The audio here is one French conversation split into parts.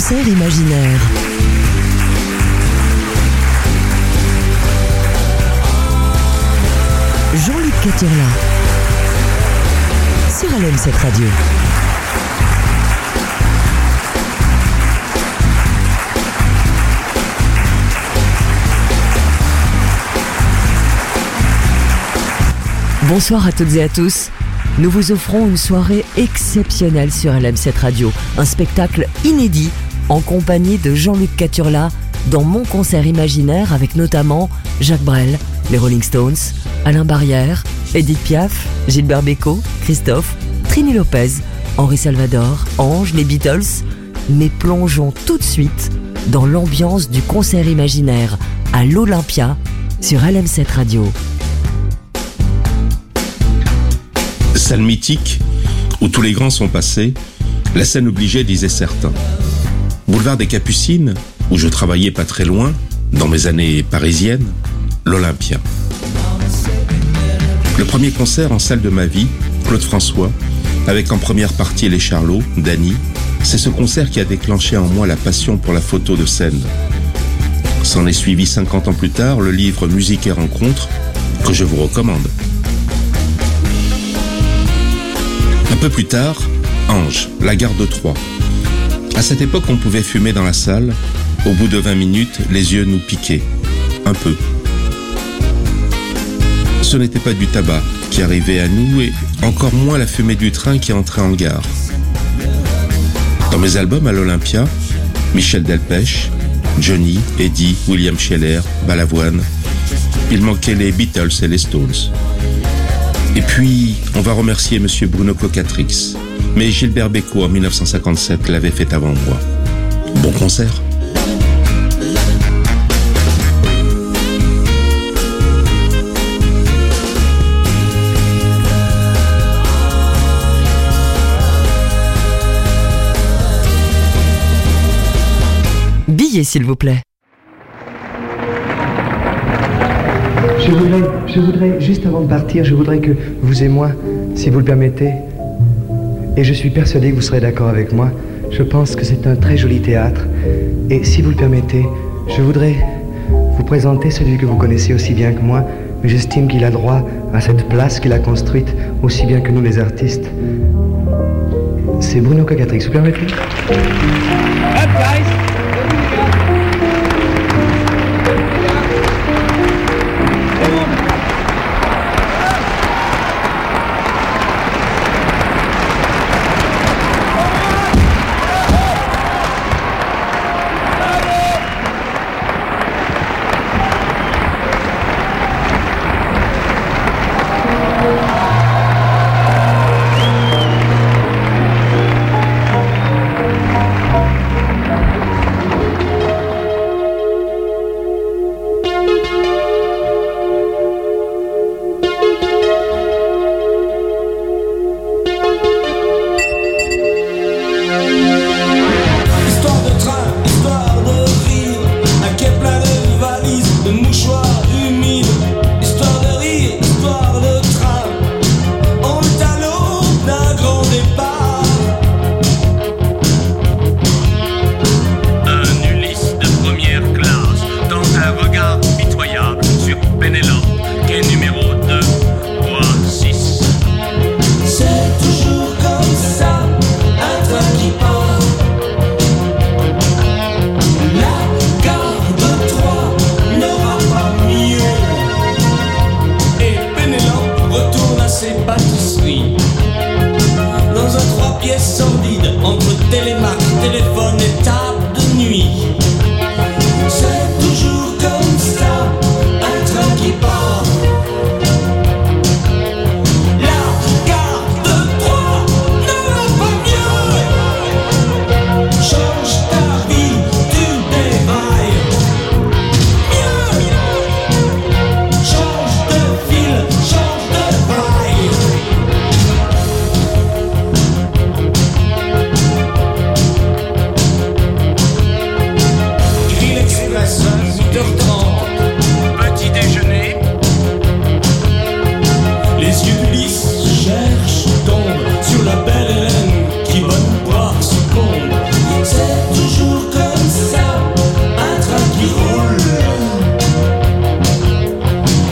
concert imaginaire. Jean-Luc Caturla sur LM7 Radio. Bonsoir à toutes et à tous. Nous vous offrons une soirée exceptionnelle sur LM7 Radio. Un spectacle inédit en compagnie de Jean-Luc Caturla dans Mon concert imaginaire avec notamment Jacques Brel, les Rolling Stones, Alain Barrière, Edith Piaf, Gilbert Bécaud, Christophe, Trini Lopez, Henri Salvador, Ange, les Beatles. Mais plongeons tout de suite dans l'ambiance du concert imaginaire à l'Olympia sur LM7 Radio. Salle mythique, où tous les grands sont passés, la scène obligée, disaient certains. Boulevard des Capucines, où je travaillais pas très loin, dans mes années parisiennes, l'Olympia. Le premier concert en salle de ma vie, Claude François, avec en première partie les Charlots, Dany, c'est ce concert qui a déclenché en moi la passion pour la photo de scène. S'en est suivi 50 ans plus tard le livre Musique et Rencontres, que je vous recommande. Un peu plus tard, Ange, la gare de Troyes. À cette époque, on pouvait fumer dans la salle. Au bout de 20 minutes, les yeux nous piquaient. Un peu. Ce n'était pas du tabac qui arrivait à nous et encore moins la fumée du train qui entrait en gare. Dans mes albums à l'Olympia, Michel Delpech, Johnny, Eddie, William Scheller, Balavoine, il manquait les Beatles et les Stones. Et puis, on va remercier monsieur Bruno Cocatrix. Mais Gilbert Bécaud en 1957 l'avait fait avant moi. Bon concert. Billet, s'il vous plaît. Je voudrais, juste avant de partir, je voudrais que vous et moi, si vous le permettez, et je suis persuadé que vous serez d'accord avec moi, je pense que c'est un très joli théâtre, et si vous le permettez, je voudrais vous présenter celui que vous connaissez aussi bien que moi, mais j'estime qu'il a droit à cette place qu'il a construite aussi bien que nous les artistes. C'est Bruno Cocatrix, vous permettez? Up, guys!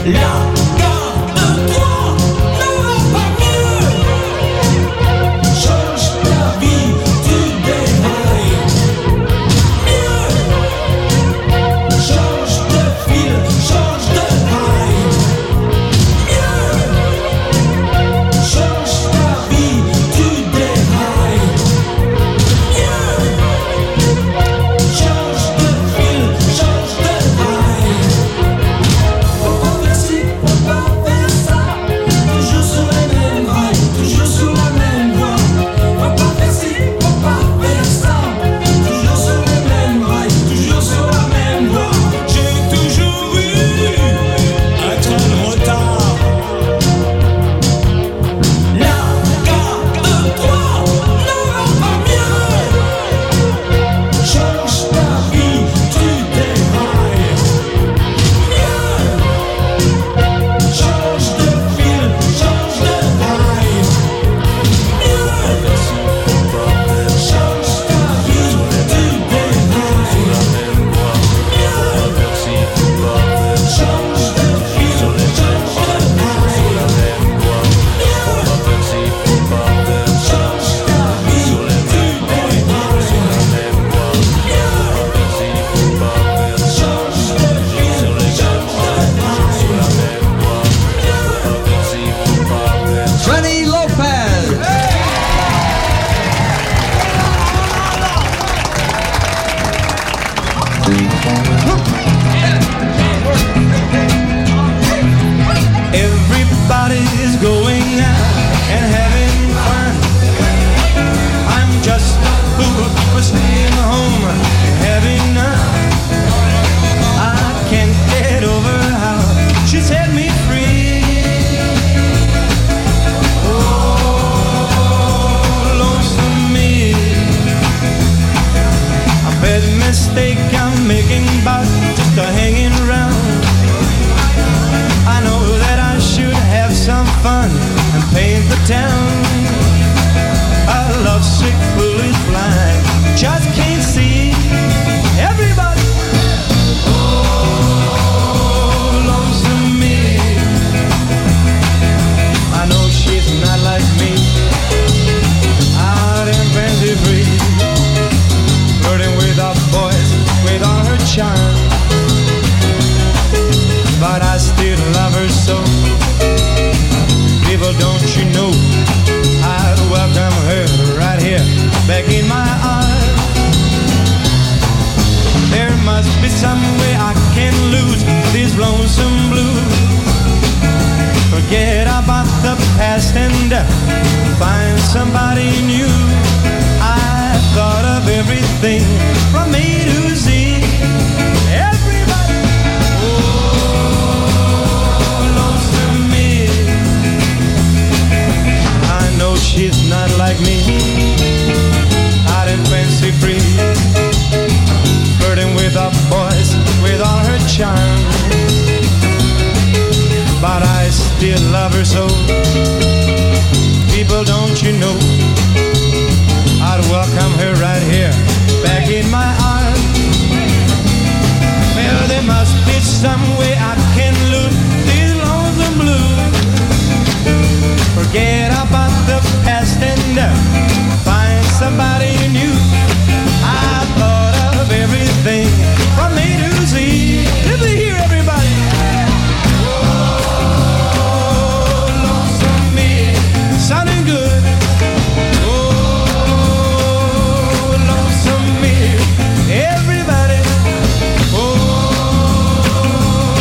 Everybody's going out and having fun. I'm just a fool for staying home and having none. I can't get over how she set me free. Oh, lonesome me. A bad mistake I'm making, but just a hanging around. I know that I should have some fun and paint the town. A lovesick fool is blind, just can't see everybody. Oh, lonesome me. I know she's not like me, out and fancy free, flirting with our boys with all her charm. But I still love her so. People, don't you know, I'd welcome her right here, back in my arms. There must be some way I can lose these lonesome blues. Forget about the past and find somebody new. I thought of everything from A to Z. She's not like me, out and fancy free, flirting with our boys with all her charm. But I still love her so. People, don't you know, I'd welcome her right here, back in my arms. Well, there must be some way I can lose these lonesome blues. Forget about the past and find somebody new. I thought of everything from A to Z. Did we hear everybody? Oh, lonesome me, sounding good. Oh, lonesome me, everybody. Oh,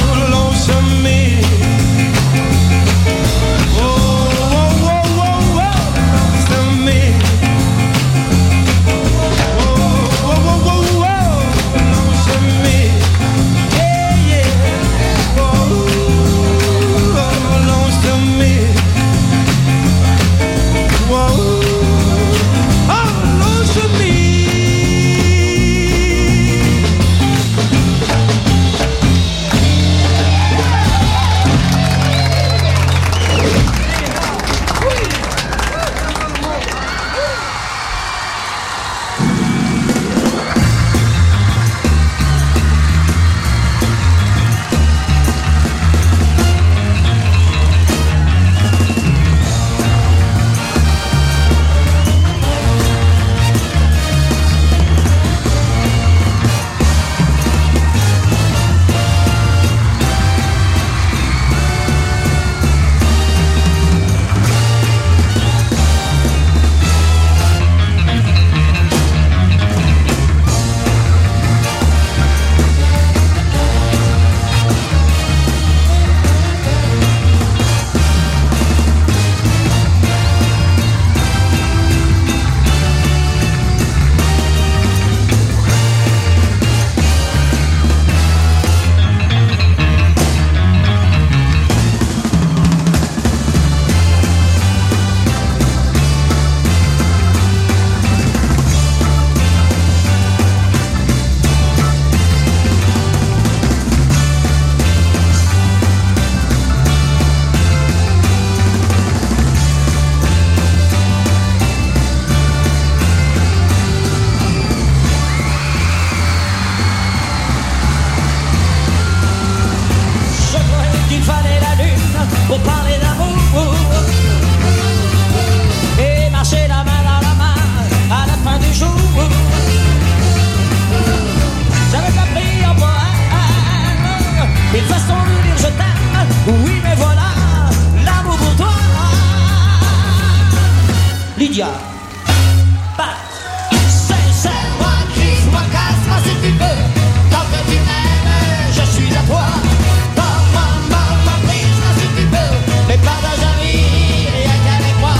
Patricia. Pat. Serre-moi, crise-moi, casse-moi si tu veux. Tant que tu m'aimes, je suis à toi. Maman, prise-moi si tu veux. Mais partage la vie, rien qu'avec moi.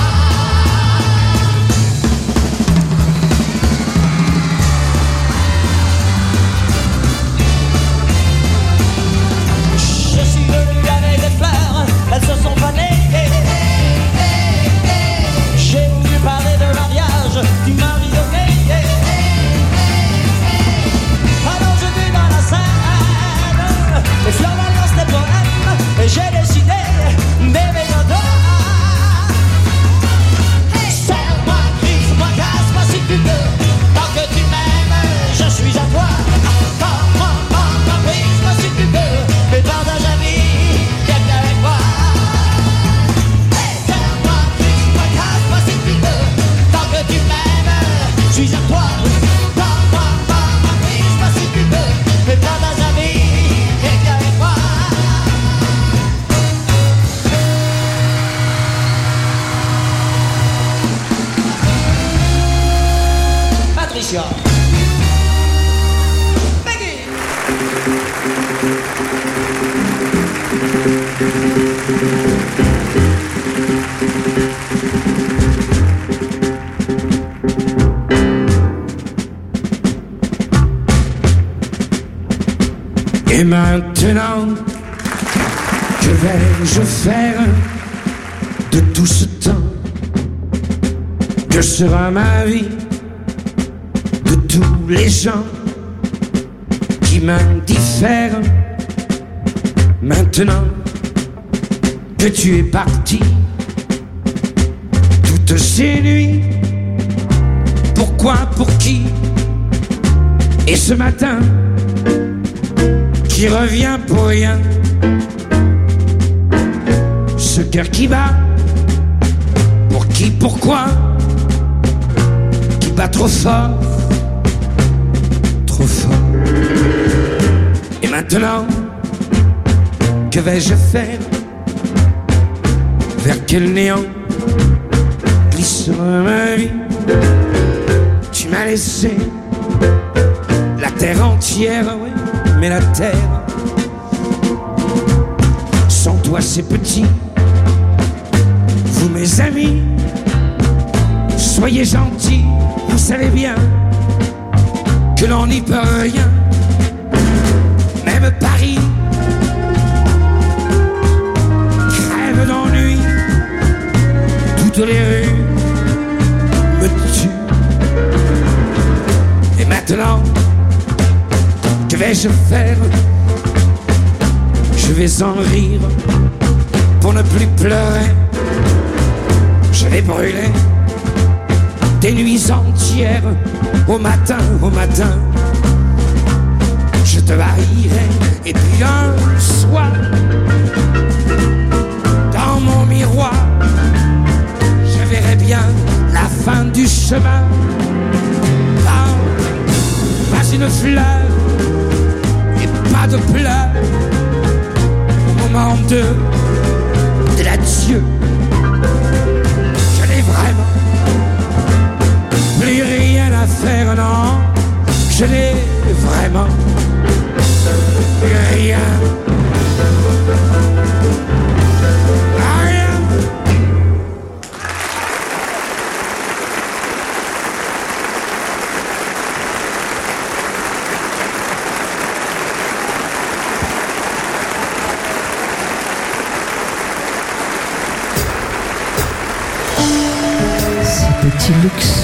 Je suis venu avec des fleurs, elles se sont fanées. J'ai voulu parler de mariage, du marionné. Alors je vis dans la scène, les fleurs m'annoncent des poèmes, et j'ai décidé d'aimer ton doigt. Serre-moi, crise-moi, casse-moi si tu veux. Tant que tu m'aimes, je suis à toi. Prise-moi si tu veux, mais partage la vie, viens avec moi. Serre-moi, crise-moi, casse-moi si tu veux. Tant que tu m'aimes, je suis à toi. Prise-moi si tu veux, mais partage la vie, viens avec moi. Patricia. Et maintenant, que vais-je faire de tout ce temps? Que sera ma vie de tous les gens qui m'indiffèrent? Maintenant que tu es parti, toutes ces nuits, pourquoi, pour qui? Et ce matin qui revient pour rien, ce cœur qui bat, pour qui, pourquoi, qui bat trop fort, trop fort. Et maintenant, que vais-je faire? Vers quel néant glissera ma vie? Tu m'as laissé la terre entière, oui, mais la terre sans toi c'est petit. Vous mes amis, soyez gentils, vous savez bien que l'on n'y peut rien. Même Paris crève d'ennui, toutes les rues me tuent. Et maintenant, que vais-je faire? Je vais en rire pour ne plus pleurer. Je vais brûler des nuits entières au matin, au matin. Je te haïrai et puis un soir, dans mon miroir, je verrai bien la fin du chemin. Pas une fleur et pas de pleurs au moment de l'adieu. Je n'ai vraiment plus rien à faire, non. Je n'ai vraiment plus rien. Petit luxe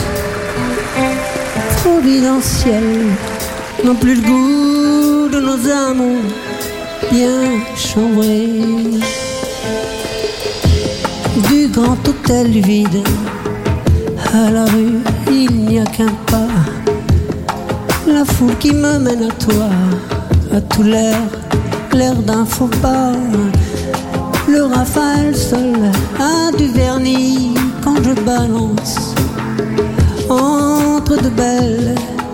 providentiel n'ont plus le goût de nos amours bien chambrés. Du grand hôtel vide à la rue, il n'y a qu'un pas. La foule qui me mène à toi a tout l'air d'un faux pas. Le Raphaël seul a du vernis quand je balance entre de belles.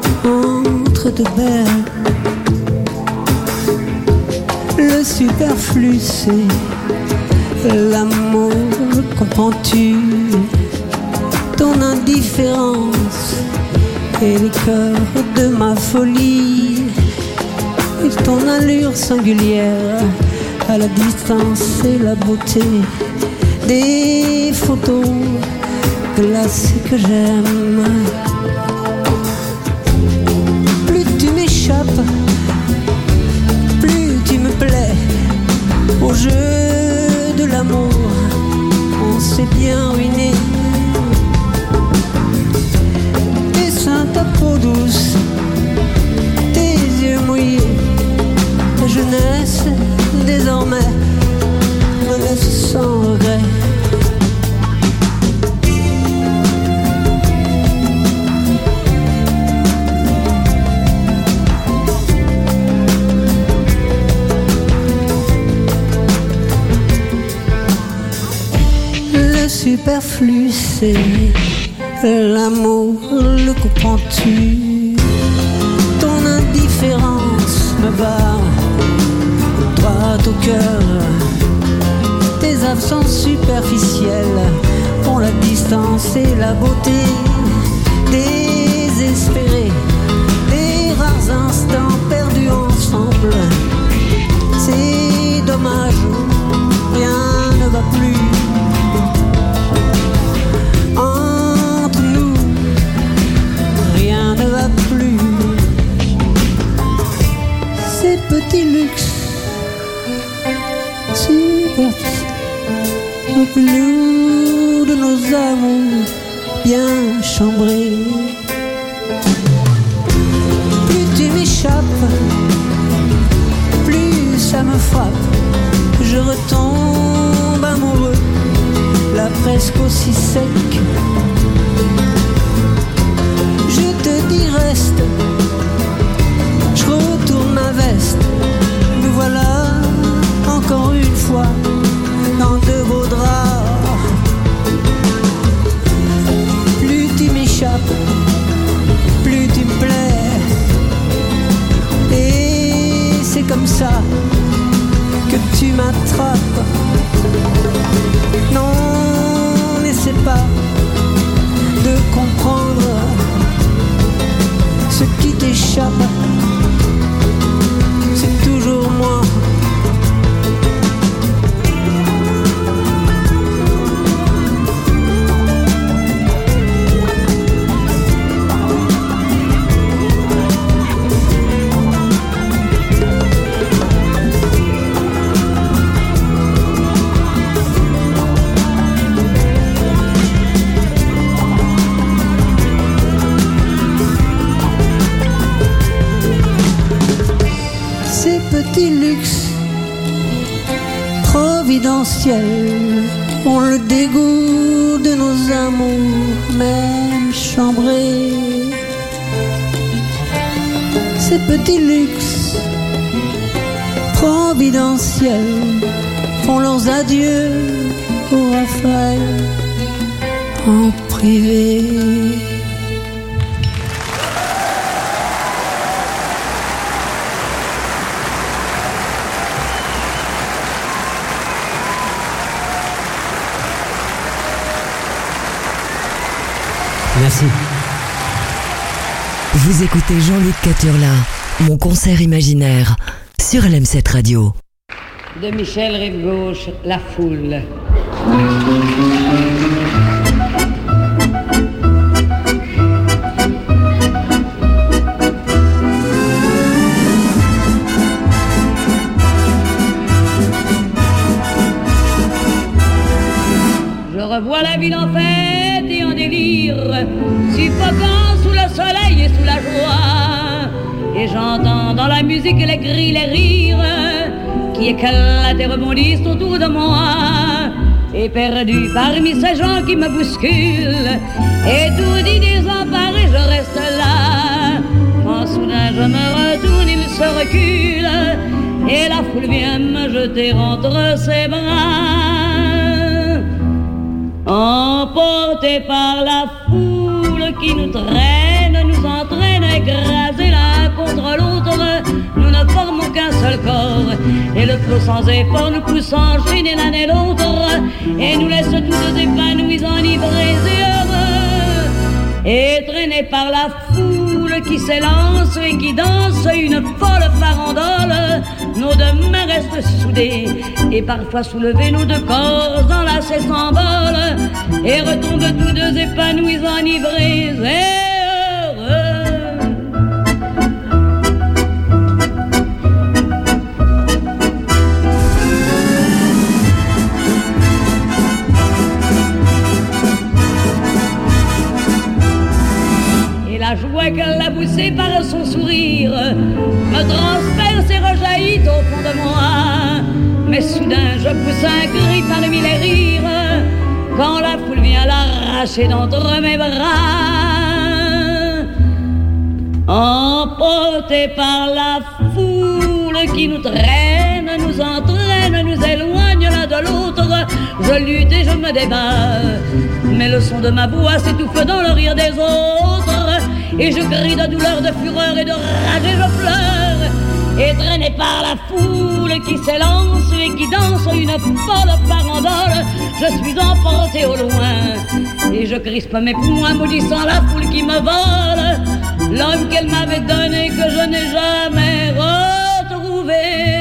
Le superflu c'est l'amour, comprends-tu? ton indifférence et les cœurs de ma folie, et ton allure singulière à la distance et la beauté des photos glacées que j'aime. Plus tu m'échappes, plus tu me plais. Au jeu de l'amour, on s'est bien ruiné. Tes seins, ta peau douce, tes yeux mouillés, ta jeunesse désormais me laisse sans regret. Le superflu c'est l'amour, le comprends-tu? Ton indifférence me bat droit au cœur. Tes absences superficielles ont la distance et la beauté désespérée des rares instants perdus ensemble. C'est dommage, rien ne va plus entre nous, rien ne va plus. Ces petits luxes au plus de nos amours bien chambrés. Plus tu m'échappes, plus ça me frappe. Je retombe amoureux, là presque aussi sec. Je te dis reste, je retourne ma veste. Nous voilà encore une fois dans de beaux draps. Plus tu m'échappes, plus tu me plais. Et c'est comme ça que tu m'attrapes. Non, n'essaie pas de comprendre ce qui t'échappe. C'est toujours moi. Petit luxe providentiel ont le dégoût de nos amours même chambrés. Ces petits luxes providentiels font leurs adieux au Raphaël en privé. Merci. Vous écoutez Jean-Luc Caturla, mon concert imaginaire, sur LM7 Radio. De Michel Rive-Gauche, La Foule. Je revois la ville en fête et en délire, suffocant sous le soleil et sous la joie. Et j'entends dans la musique les cris, les rires qui éclatent et rebondissent autour de moi. Et perdu parmi ces gens qui me bousculent, étourdi, désemparé, je reste là. Quand soudain je me retourne, il se recule, et la foule vient me jeter entre ses bras. Emportés par la foule qui nous traîne, nous entraîne, écrasés l'un contre l'autre, nous ne formons qu'un seul corps, et le flot sans effort nous pousse enchaîner l'un et l'autre, et nous laisse tous épanouis, enivrés et heureux. et traînés par la foule qui s'élance et qui danse une folle farandole. Nos deux mains restent soudées et parfois soulevées, nos deux corps enlacés s'envolent et retombent tous deux épanouis, enivrés et heureux. La joie qu'elle a poussée par son sourire me transperce et rejaillit au fond de moi. Mais soudain je pousse un cri parmi les rires quand la foule vient l'arracher d'entre mes bras. Emporté par la foule qui nous traîne, nous entraîne, nous éloigne l'un de l'autre, je lutte et je me débat, mais le son de ma voix s'étouffe dans le rire des autres. Et je crie de douleur, de fureur et de rage et je pleure. Et traîné par la foule qui s'élance et qui danse une folle farandole, je suis emporté au loin et je crispe mes poings maudissant la foule qui me vole l'homme qu'elle m'avait donné que je n'ai jamais retrouvé.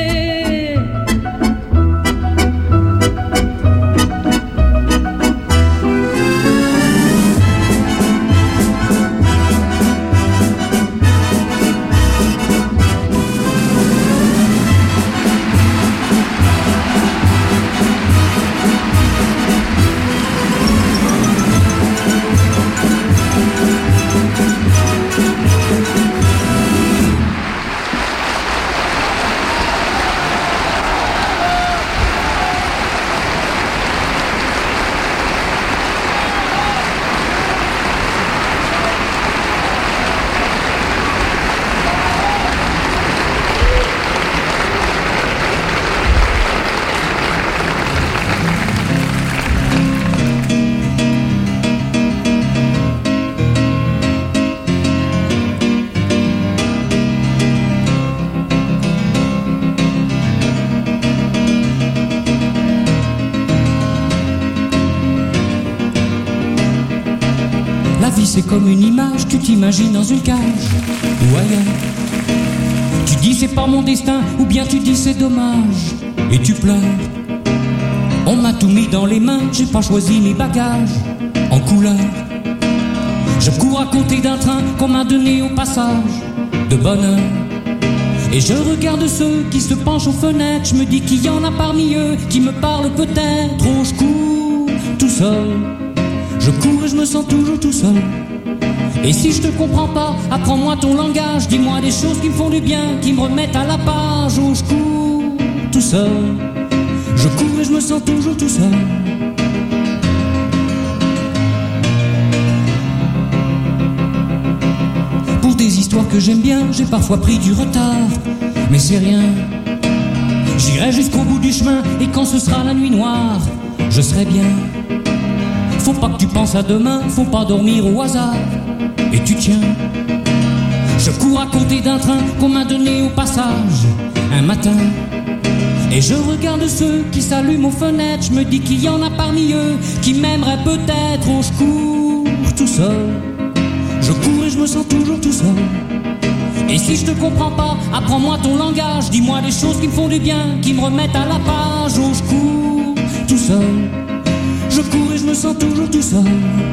C'est comme une image, tu t'imagines dans une cage ou ailleurs. Tu dis c'est pas mon destin, ou bien tu dis c'est dommage, et tu pleures. On m'a tout mis dans les mains, j'ai pas choisi mes bagages en couleur. Je cours à côté d'un train qu'on m'a donné au passage de bonheur. Et je regarde ceux qui se penchent aux fenêtres, je me dis qu'il y en a parmi eux qui me parlent peut-être. Oh, je cours tout seul, je cours et je me sens toujours tout seul. Et si je te comprends pas, apprends-moi ton langage, dis-moi des choses qui me font du bien, qui me remettent à la page. Oh, je cours tout seul, je cours et je me sens toujours tout seul. Pour des histoires que j'aime bien, j'ai parfois pris du retard, mais c'est rien. J'irai jusqu'au bout du chemin et quand ce sera la nuit noire, je serai bien. Faut pas que tu penses à demain, faut pas dormir au hasard. Et tu tiens. Je cours à côté d'un train qu'on m'a donné au passage un matin. Et je regarde ceux qui s'allument aux fenêtres, je me dis qu'il y en a parmi eux qui m'aimeraient peut-être. Oh, je cours tout seul, je cours et je me sens toujours tout seul. Et si je te comprends pas, apprends-moi ton langage, dis-moi des choses qui me font du bien, qui me remettent à la page. Oh, je cours tout seul, je cours et je me sens toujours tout seul.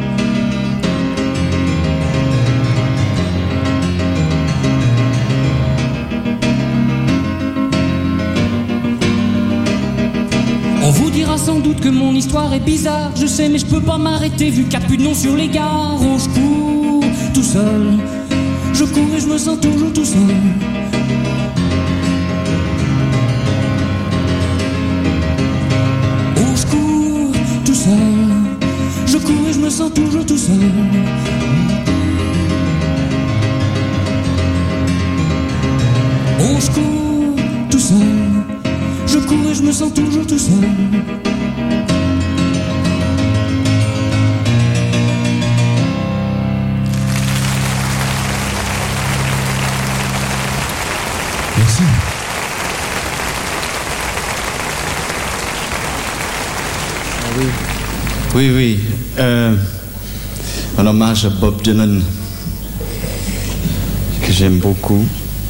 On vous dira sans doute que mon histoire est bizarre, je sais mais je peux pas m'arrêter vu qu'il n'y a plus de nom sur les gares. Oh, je cours tout seul, je cours et je me sens toujours tout seul. Oh, je cours tout seul, je cours et je me sens toujours tout seul. Oh, je cours tout seul, je cours et je me sens toujours tout seul. Merci. Oui. un hommage à Bob Dylan que j'aime beaucoup.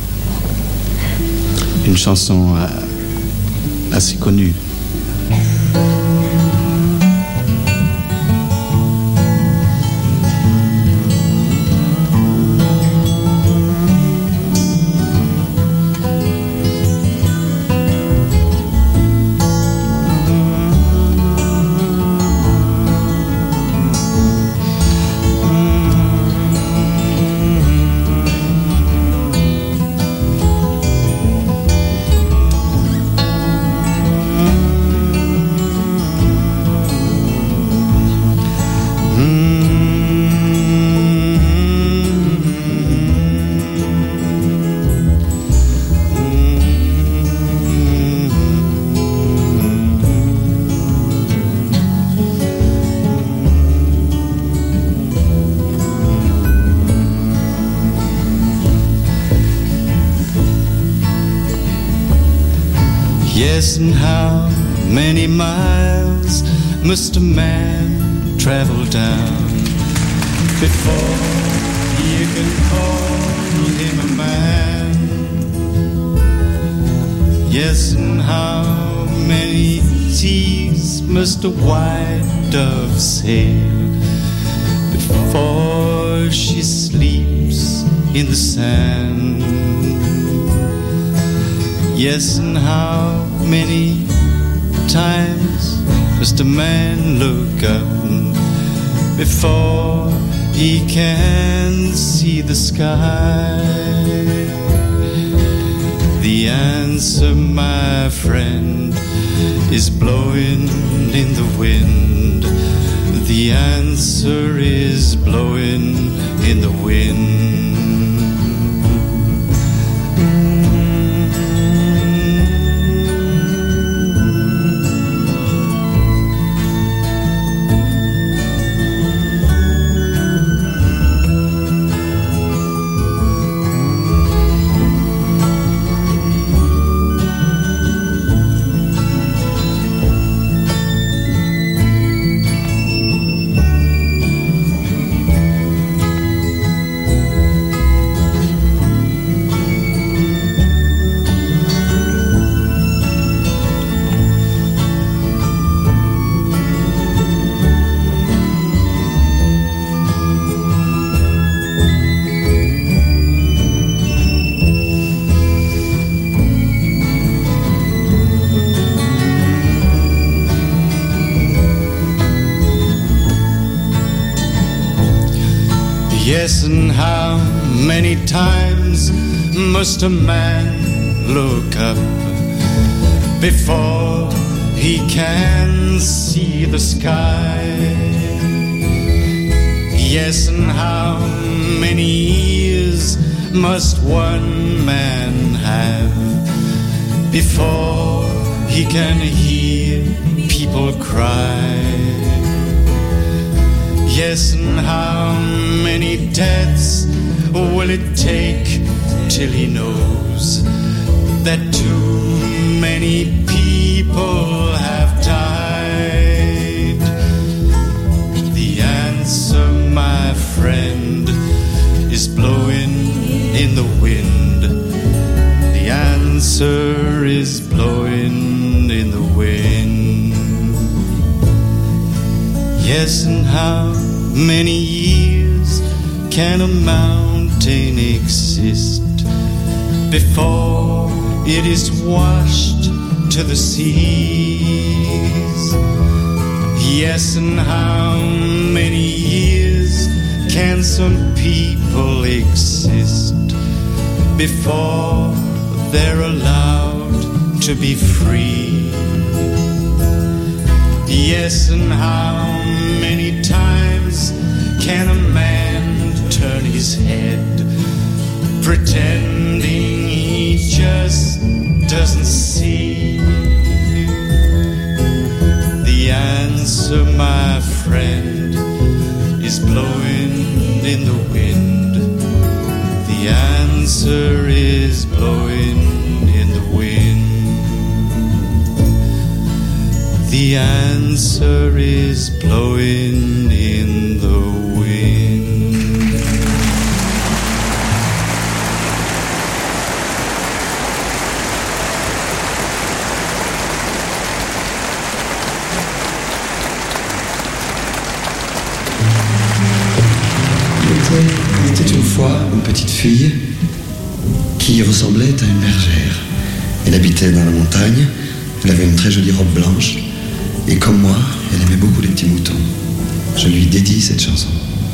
Une chanson assez connue. Yes, and how many miles must a man travel down before you can call him a man? Yes, and how many seas must a white dove sail before she sleeps in the sand? Yes, and how many times must a man look up before he can see the sky? The answer, my friend, is blowing in the wind. The answer is blowing in the wind. Yes, and how many times must a man look up before he can see the sky? Yes, and how many years must one man have before he can hear people cry? Yes, and how many deaths will it take till he knows that too many people have died? The answer, my friend, is blowing in the wind. The answer is blowing in the wind. Yes, and how many years can a mountain exist before it is washed to the seas? Yes, and how many years can some people exist before they're allowed to be free? Yes, and how many times can a man turn his head, pretending he just doesn't see? The answer, my friend, is blowing in the wind. The answer is blowing in the wind. The answer is blowing in the wind. Il était une fois une petite fille qui ressemblait à une bergère. Elle habitait dans la montagne, elle avait une très jolie robe blanche, et comme moi, elle aimait beaucoup les petits moutons. Je lui dédie cette chanson.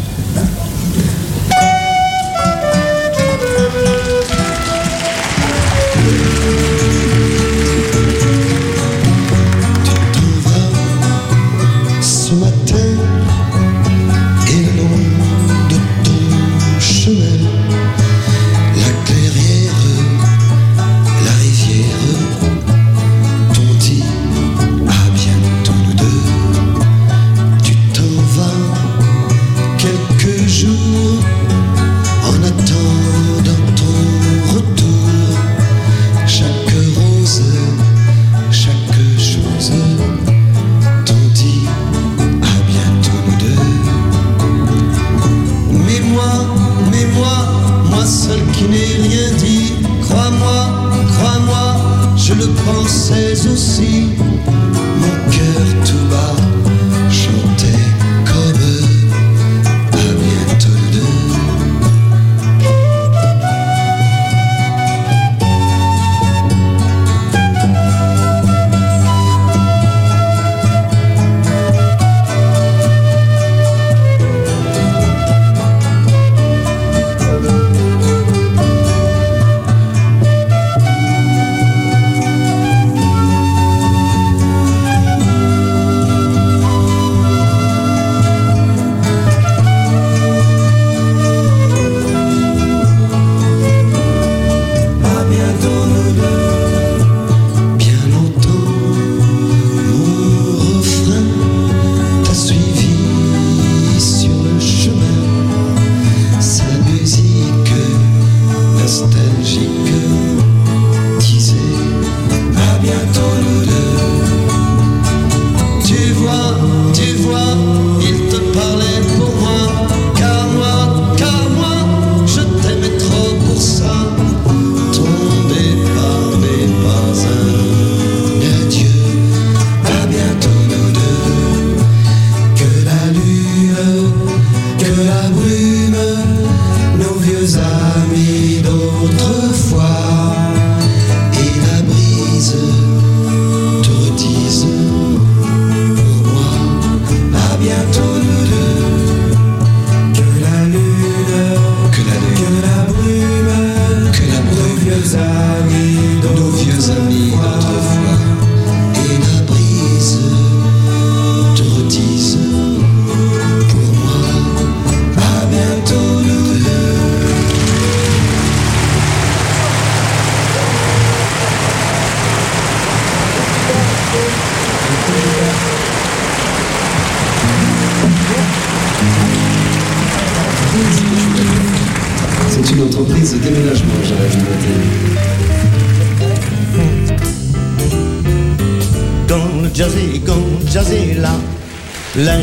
La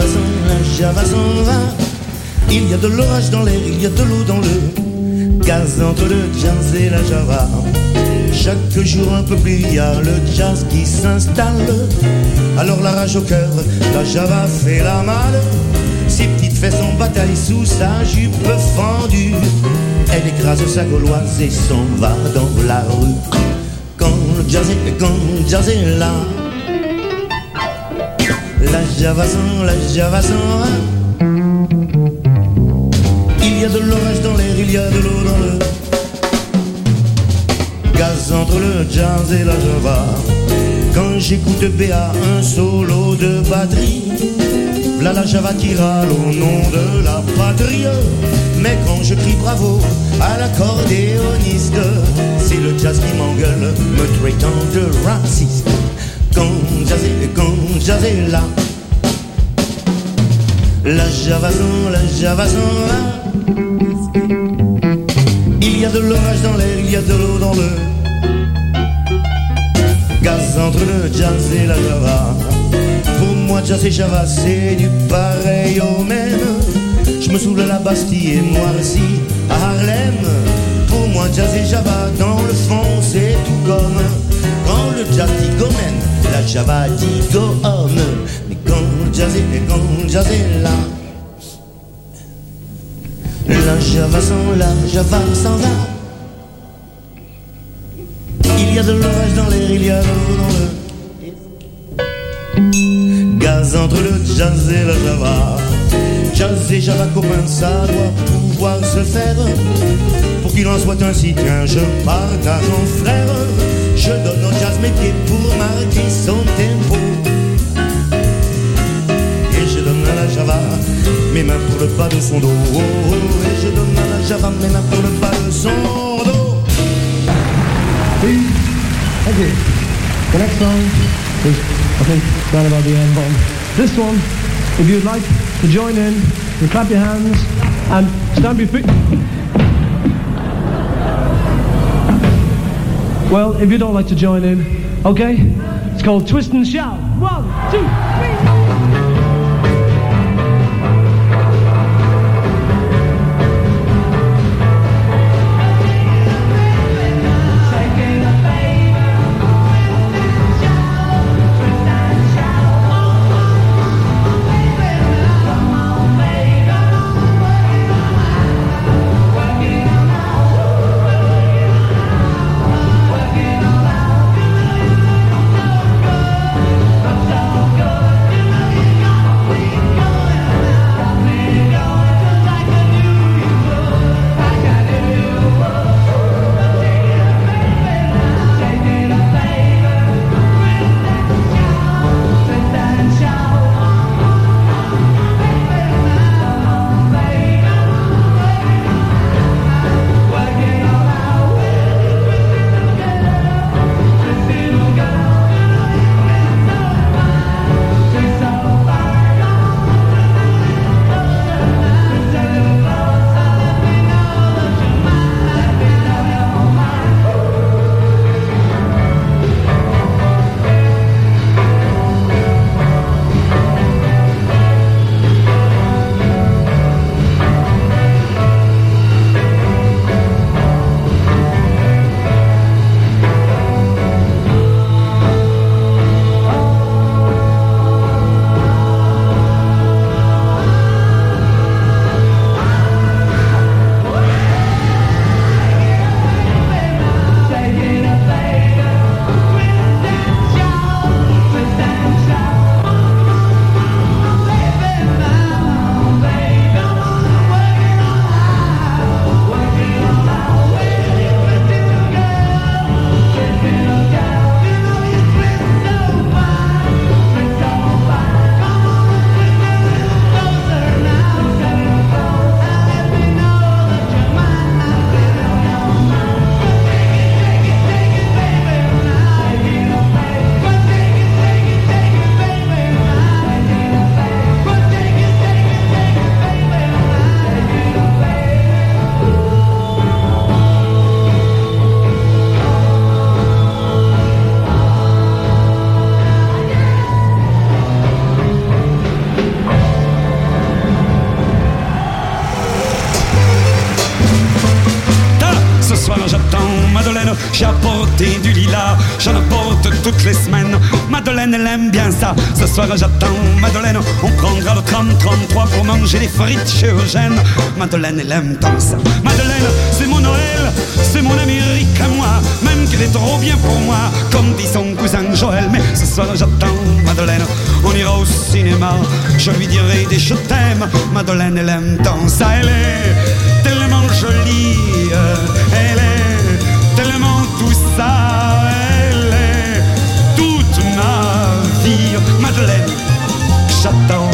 Java s'en va. Il y a de l'orage dans l'air, il y a de l'eau dans le gaz entre le jazz et la Java. Chaque jour un peu plus, il y a le jazz qui s'installe. Alors la rage au cœur, la Java fait la malle. Ses petites fesses en bataille sous sa jupe fendue. Elle écrase sa gauloise et s'en va dans la rue. Quand le jazz est là, la Java s'en va. Il y a de l'orage dans l'air, il y a de l'eau dans le gaz entre le jazz et la Java. Quand j'écoute Béa, un solo de batterie, v'là la Java qui râle au nom de la patrie. Mais quand je crie bravo à l'accordéoniste, c'est le jazz qui m'engueule, me traitant de raciste. Quand jazz est là, la Java s'en va. Il y a de l'orage dans l'air, il y a de l'eau dans le gaz entre le jazz et la Java. Pour moi jazz et Java c'est du pareil au même. Je me saoule à la Bastille et Moircy à Harlem. Pour moi jazz et Java dans le fond c'est tout comme quand le jazz dit go man, la Java dit go home. Mais quand jazz est là, La Java s'en va. Il y a de l'orage dans l'air, il y a de l'eau dans le gaz entre le jazz et la Java. Jazz et Java copains, ça doit pouvoir se faire. Pour qu'il en soit ainsi, tiens, je partage mon frère. Je donne au jazz mes pieds pour marquer son tempo. Et je donne à la Java mes mains pour le bas de son dos. Oh, oh, et je donne à la Java mes mains pour le bas de son dos. Please, thank you. The next song is, I think, round about the end, but this one, if you'd like to join in, you clap your hands and stamp your feet. Well, if you don't like to join in, okay? It's called Twist and Shout. 1, 2, 3. J'ai apporté du lilas, j'en apporte toutes les semaines. Madeleine, elle aime bien ça. Ce soir j'attends Madeleine. On prendra le tram 33 pour manger des frites chez Eugène. Madeleine, elle aime tant ça. Madeleine, c'est mon Noël, c'est mon Amérique à moi. Même qu'elle est trop bien pour moi, comme dit son cousin Joël. Mais ce soir j'attends Madeleine. On ira au cinéma, je lui dirai des je t'aime. Madeleine, elle aime tant ça. Elle est tellement jolie, elle est tellement tout ça, elle est toute ma vie. Madeleine, j'attends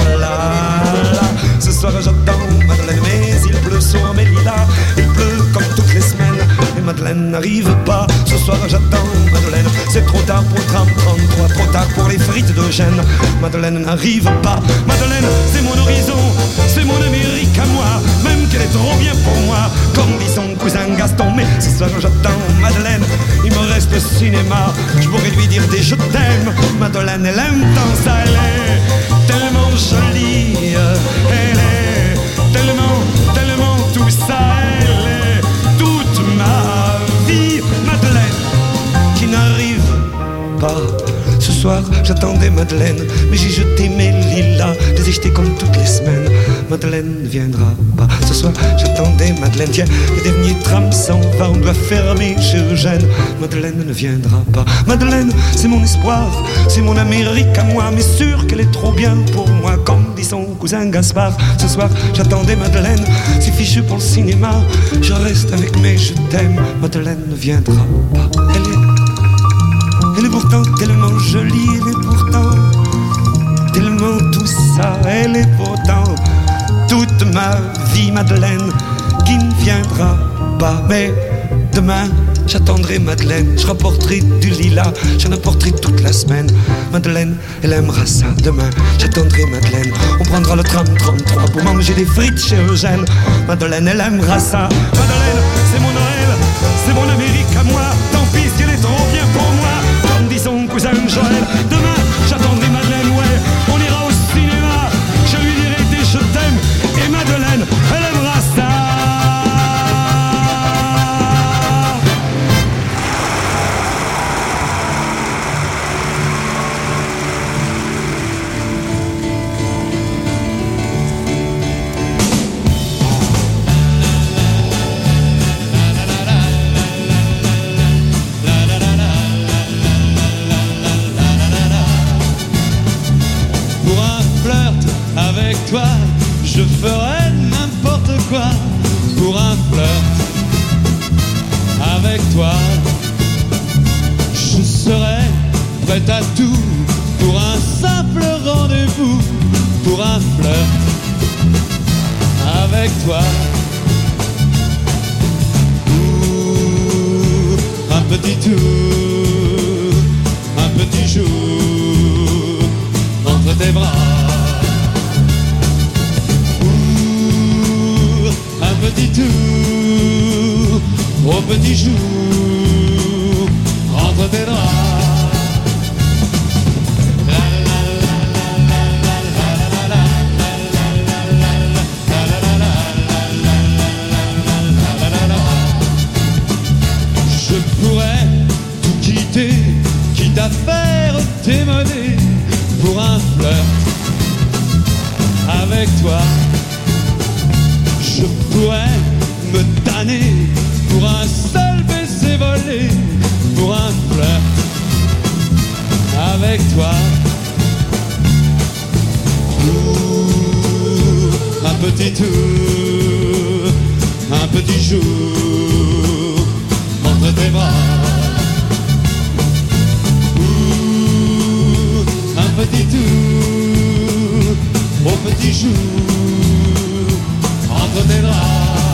là. Ce soir j'attends Madeleine, mais il pleut sur mes lilas. Il pleut comme toutes les semaines, et Madeleine n'arrive pas. Ce soir j'attends Madeleine, c'est trop tard pour le tram 33, trop tard pour les frites d'Eugène. Madeleine n'arrive pas. Madeleine, c'est mon horizon, c'est mon Amérique à moi. Même qu'elle est trop bien pour moi, comme dit son cousin Gaston. Mais ce soir j'attends Madeleine, il me reste le cinéma. Je pourrais lui dire des je t'aime. Madeleine, elle aime tant ça, elle est tellement jolie, elle est tellement, tellement tout ça, elle est toute ma vie. Madeleine, qui n'arrive pas. Ce soir j'attendais Madeleine, mais j'ai jeté mes lilas, les ai jetés comme toutes les semaines. Madeleine ne viendra pas. Ce soir j'attendais Madeleine, tiens, le dernier tram s'en va, on doit fermer chez Eugène. Madeleine ne viendra pas. Madeleine, c'est mon espoir, c'est mon Amérique à moi, mais sûr qu'elle est trop bien pour moi, comme dit son cousin Gaspard. Ce soir j'attendais Madeleine, c'est fichu pour le cinéma, je reste avec mes je t'aime. Madeleine ne viendra pas. Elle est pourtant tellement jolie, elle est pourtant tellement tout ça, elle est pourtant toute ma vie, Madeleine, qui ne viendra pas. Mais demain, j'attendrai Madeleine, je rapporterai du lilas, j'en apporterai toute la semaine. Madeleine, elle aimera ça. Demain, j'attendrai Madeleine, on prendra le tram 33 pour manger des frites chez Eugène. Madeleine, elle aimera ça. Madeleine, c'est mon Noël, c'est mon Amérique à moi. Tant pis si elle est trop bien pour moi, comme dit son cousin Joël. Demain, j'attendrai Madeleine, ouais, on ira au cinéma, je lui dirai des je t'aime, et Madeleine, elle aimera ça. Toi, je ferais n'importe quoi pour un flirt. Avec toi, je serais prêt à tout pour un simple rendez-vous, pour un flirt. Avec toi, un petit tour, un petit jour entre tes bras. Un petit tour, au petit jour, entre tes draps. Je pourrais tout quitter, quitte à faire tes monnaies, pour un flirt. Avec toi, je pourrais me tanner pour un seul baiser volé, pour un flirt. Avec toi, un petit tour, un petit jour entre tes bras. Un petit tour, au petit jour entre tes draps.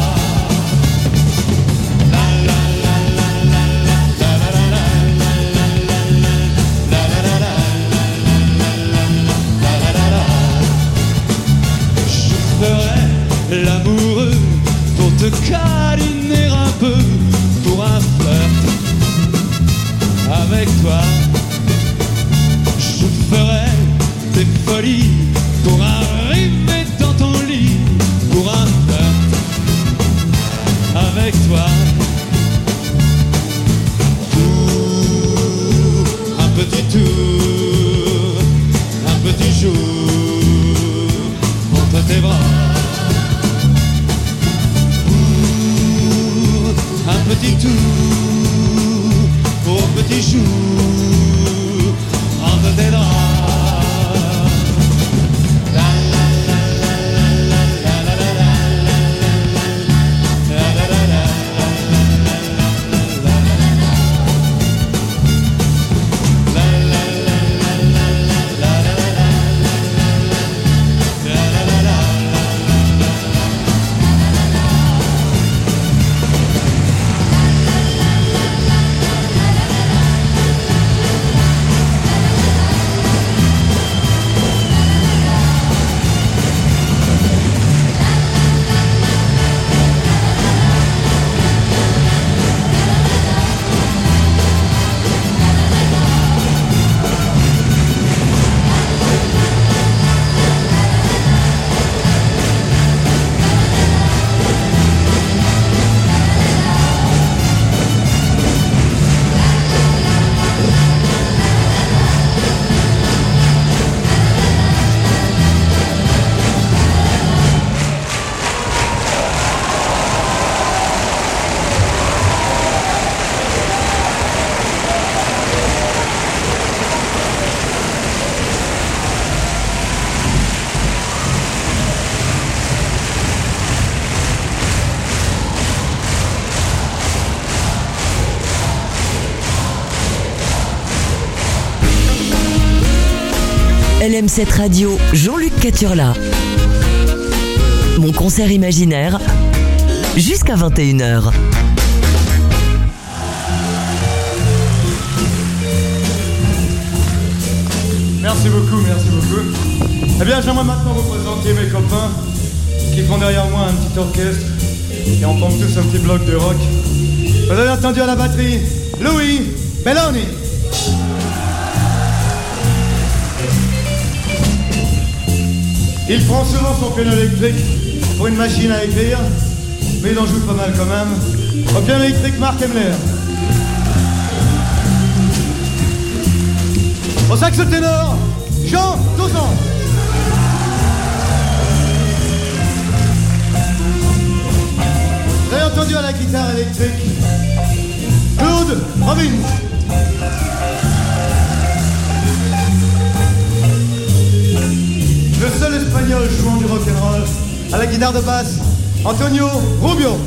L'amoureux pour te câliner un peu, pour un flirt. Avec toi, je ferai des folies pour arriver dans ton lit, pour un flirt. Avec toi, un petit tour, un petit jour entre tes bras. Un petit tour, au petit jour, entre tes draps. LM7 Radio, Jean-Luc Caturla. Mon concert imaginaire, jusqu'à 21h. Merci beaucoup, merci beaucoup. Eh bien, j'aimerais maintenant vous présenter mes copains qui font derrière moi un petit orchestre et on pompe tous un petit bloc de rock. Vous avez entendu à la batterie Louis Belloni. Il prend souvent son piano électrique pour une machine à écrire, mais il en joue pas mal quand même. Au piano électrique, Marc Emler. Au saxo ténor, Jean Tauzan. Vous avez entendu à la guitare électrique, Claude Robbins. Le seul espagnol jouant du rock'n'roll, à la guitare de basse, Antonio Rubio.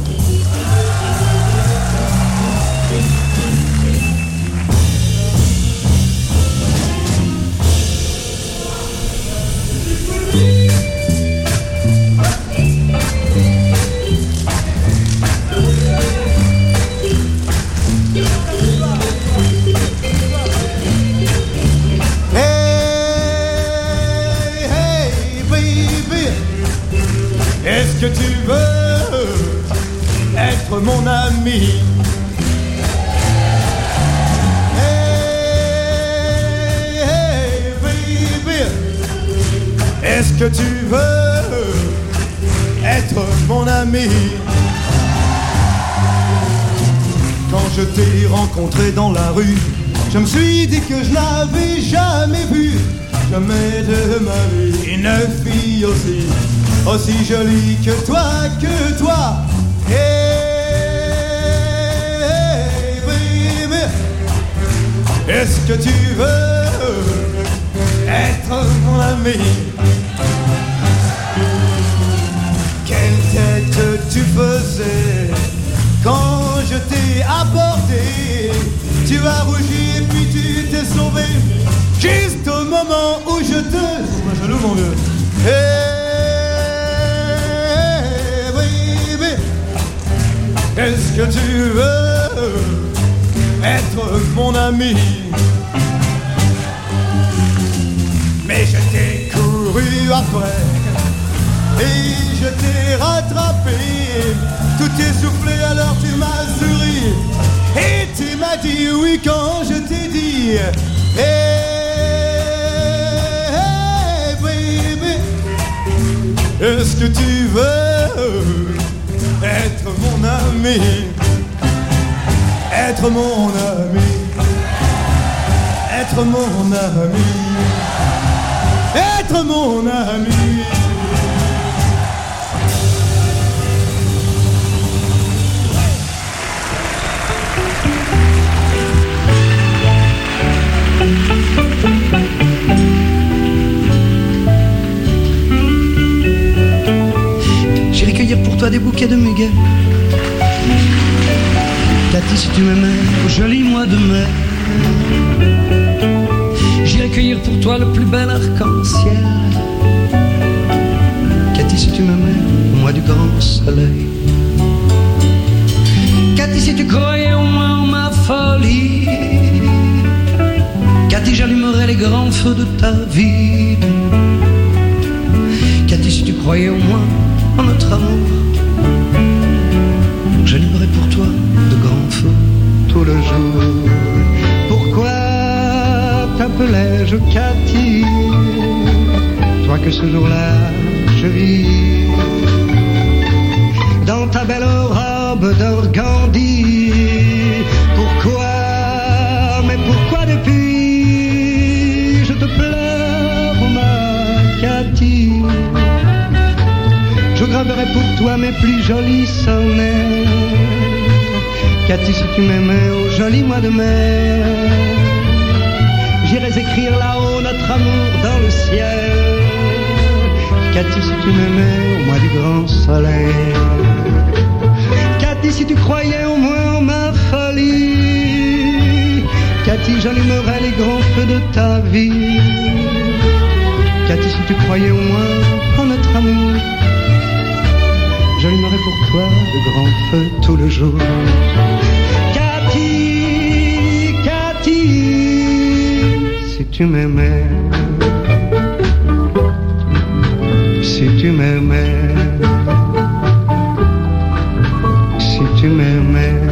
Est-ce que tu veux être mon ami? Hey, hey, baby, est-ce que tu veux être mon ami? Quand je t'ai rencontré dans la rue, je me suis dit que je n'avais jamais vu, jamais de ma vie, une fille aussi jolie que toi, hey, baby, est-ce que tu veux être mon ami? Quelle tête tu faisais quand je t'ai abordé? Tu as rougi et puis tu t'es sauvé, juste au moment où je te... C'est pas jaloux mon vieux. Est-ce que tu veux être mon ami? Mais je t'ai couru après et je t'ai rattrapé. Tout essoufflé alors tu m'as souri et tu m'as dit oui quand je t'ai dit hey, baby, est-ce que tu veux être mon ami? Être mon ami. Être mon ami. Être mon ami. J'irai cueillir pour toi des bouquets de muguet. Cathy, si tu m'aimais, au joli mois de mai, j'irai cueillir pour toi le plus bel arc-en-ciel. Cathy, si tu m'aimais, au mois du grand soleil. Cathy, si tu croyais au moins en ma folie. Cathy, j'allumerais les grands feux de ta vie. Cathy, si tu croyais au moins en notre amour, j'allumerais pour toi de grands feux tout le jour. Pourquoi t'appelais-je Cathy, toi que ce jour-là je vis dans ta belle robe d'organdi? Pourquoi, mais pourquoi depuis je te pleure, ma Cathy? Je graverai pour toi mes plus jolis sonnets. Cathy, si tu m'aimais au joli mois de mai, j'irais écrire là-haut notre amour dans le ciel. Cathy, si tu m'aimais au mois du grand soleil. Cathy, si tu croyais au moins en ma folie. Cathy, j'allumerais les grands feux de ta vie. Cathy, si tu croyais au moins en notre amour, j'allumerais pour toi de grands feux tout le jour. Cathy, Cathy, si tu m'aimais, si tu m'aimais, si tu m'aimais,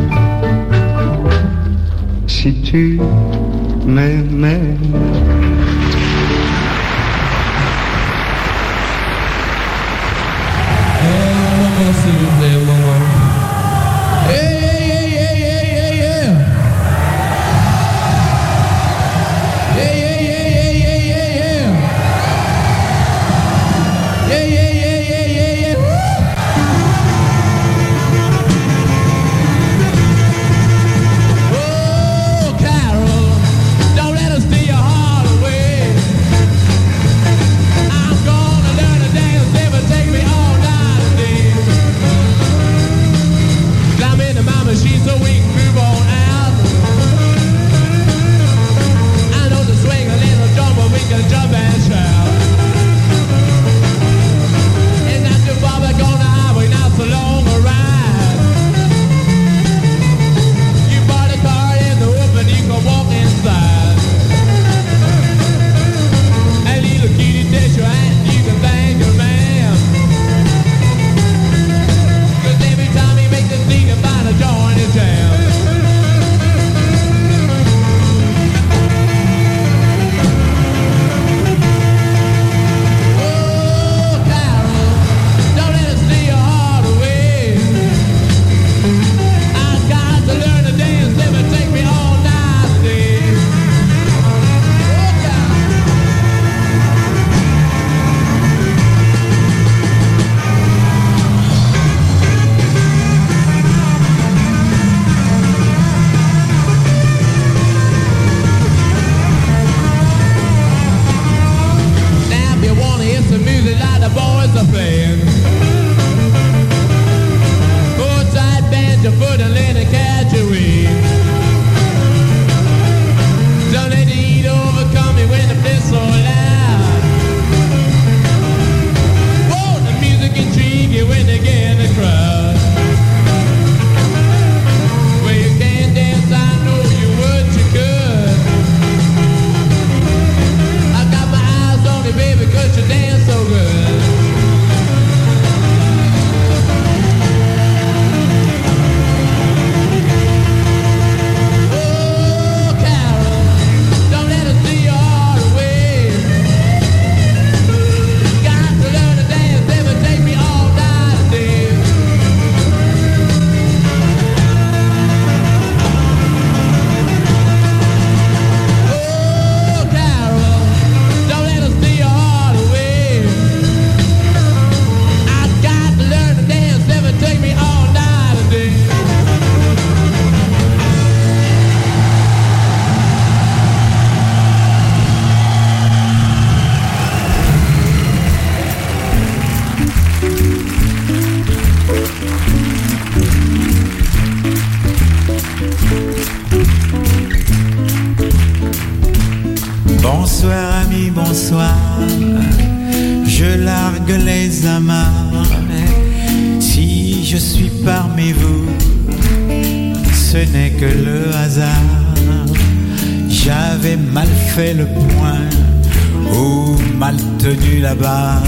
si tu m'aimais. S'il vous plaît, au moment. Yeah, yeah, yeah, yeah, yeah, yeah. Yeah, yeah, yeah, yeah, yeah, yeah, yeah. Yeah, yeah, yeah, yeah, yeah, yeah. Oh, Carol, don't let us steal your heart away. I'm gonna learn to dance, never take me all night today. Climb into my machine so we can move on out. I know to swing a little drum, but we can jump and shout. And not too far back on the highway, not so long a ride. You bought a car in the open, you can walk inside. And little kitty, touch your hand, you can thank your man. 'Cause every time he makes a thing about a joint in jam. Oh, Carol, don't let us steal your heart away. I got to learn to dance, never take me all night today. Oh, Carol. Now if you wanna hear some music like the boys are playing, full-side banjo, foot and let it catch your way. Don't let the heat overcome me when the bliss so loud. Whoa, the music intrigue you when they get in the crowd. Well, you can't dance, I know you would, you could. I got my eyes on you, baby, 'cause you dance so good. Oh, Carol, don't let us steal your heart away. Got to learn to dance, never take me all night today. Oh, Carol, don't let us steal your heart away. I got to learn to dance, never take me all night today. Bonsoir ami, bonsoir. Je largue les amarres. Si je suis parmi vous, ce n'est que le hasard. J'avais mal fait le point ou mal tenu la barre.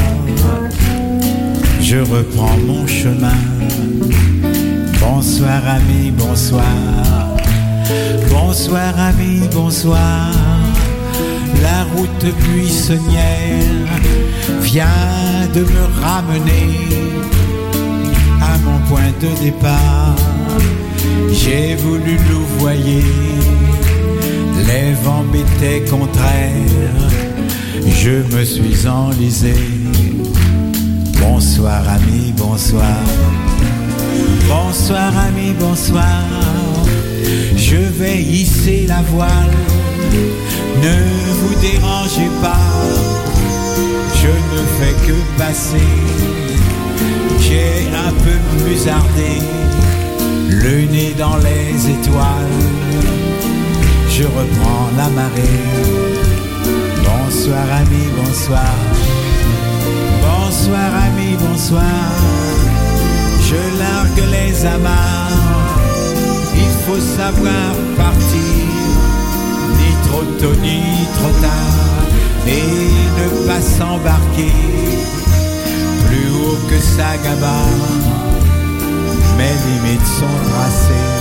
Je reprends mon chemin. Bonsoir ami, bonsoir. Bonsoir ami, bonsoir. La route buissonnière vient de me ramener à mon point de départ. J'ai voulu louvoyer, les vents m'étaient contraires. Je me suis enlisé. Bonsoir ami, bonsoir. Bonsoir ami, bonsoir. Je vais hisser la voile. Ne vous dérangez pas, je ne fais que passer. J'ai un peu musardé, le nez dans les étoiles. Je reprends la marée. Bonsoir ami, bonsoir. Bonsoir ami, bonsoir. Je largue les amarres. Il faut savoir partir, ni trop tôt ni trop tard, et ne pas s'embarquer plus haut que sa gabarre. Mes limites sont tracées.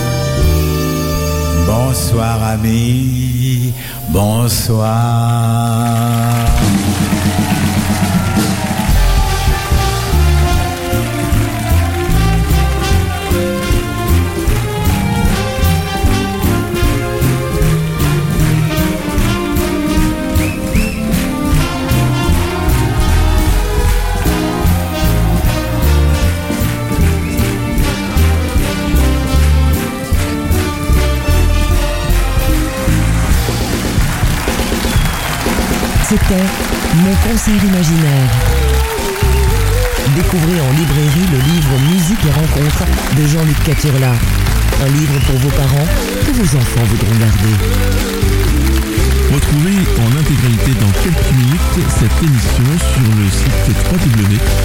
Bonsoir ami, bonsoir. C'était mon concert imaginaire. Découvrez en librairie le livre Musique et rencontres de Jean-Luc Caturla. Un livre pour vos parents que vos enfants voudront garder. Retrouvez en intégralité dans quelques minutes cette émission sur le site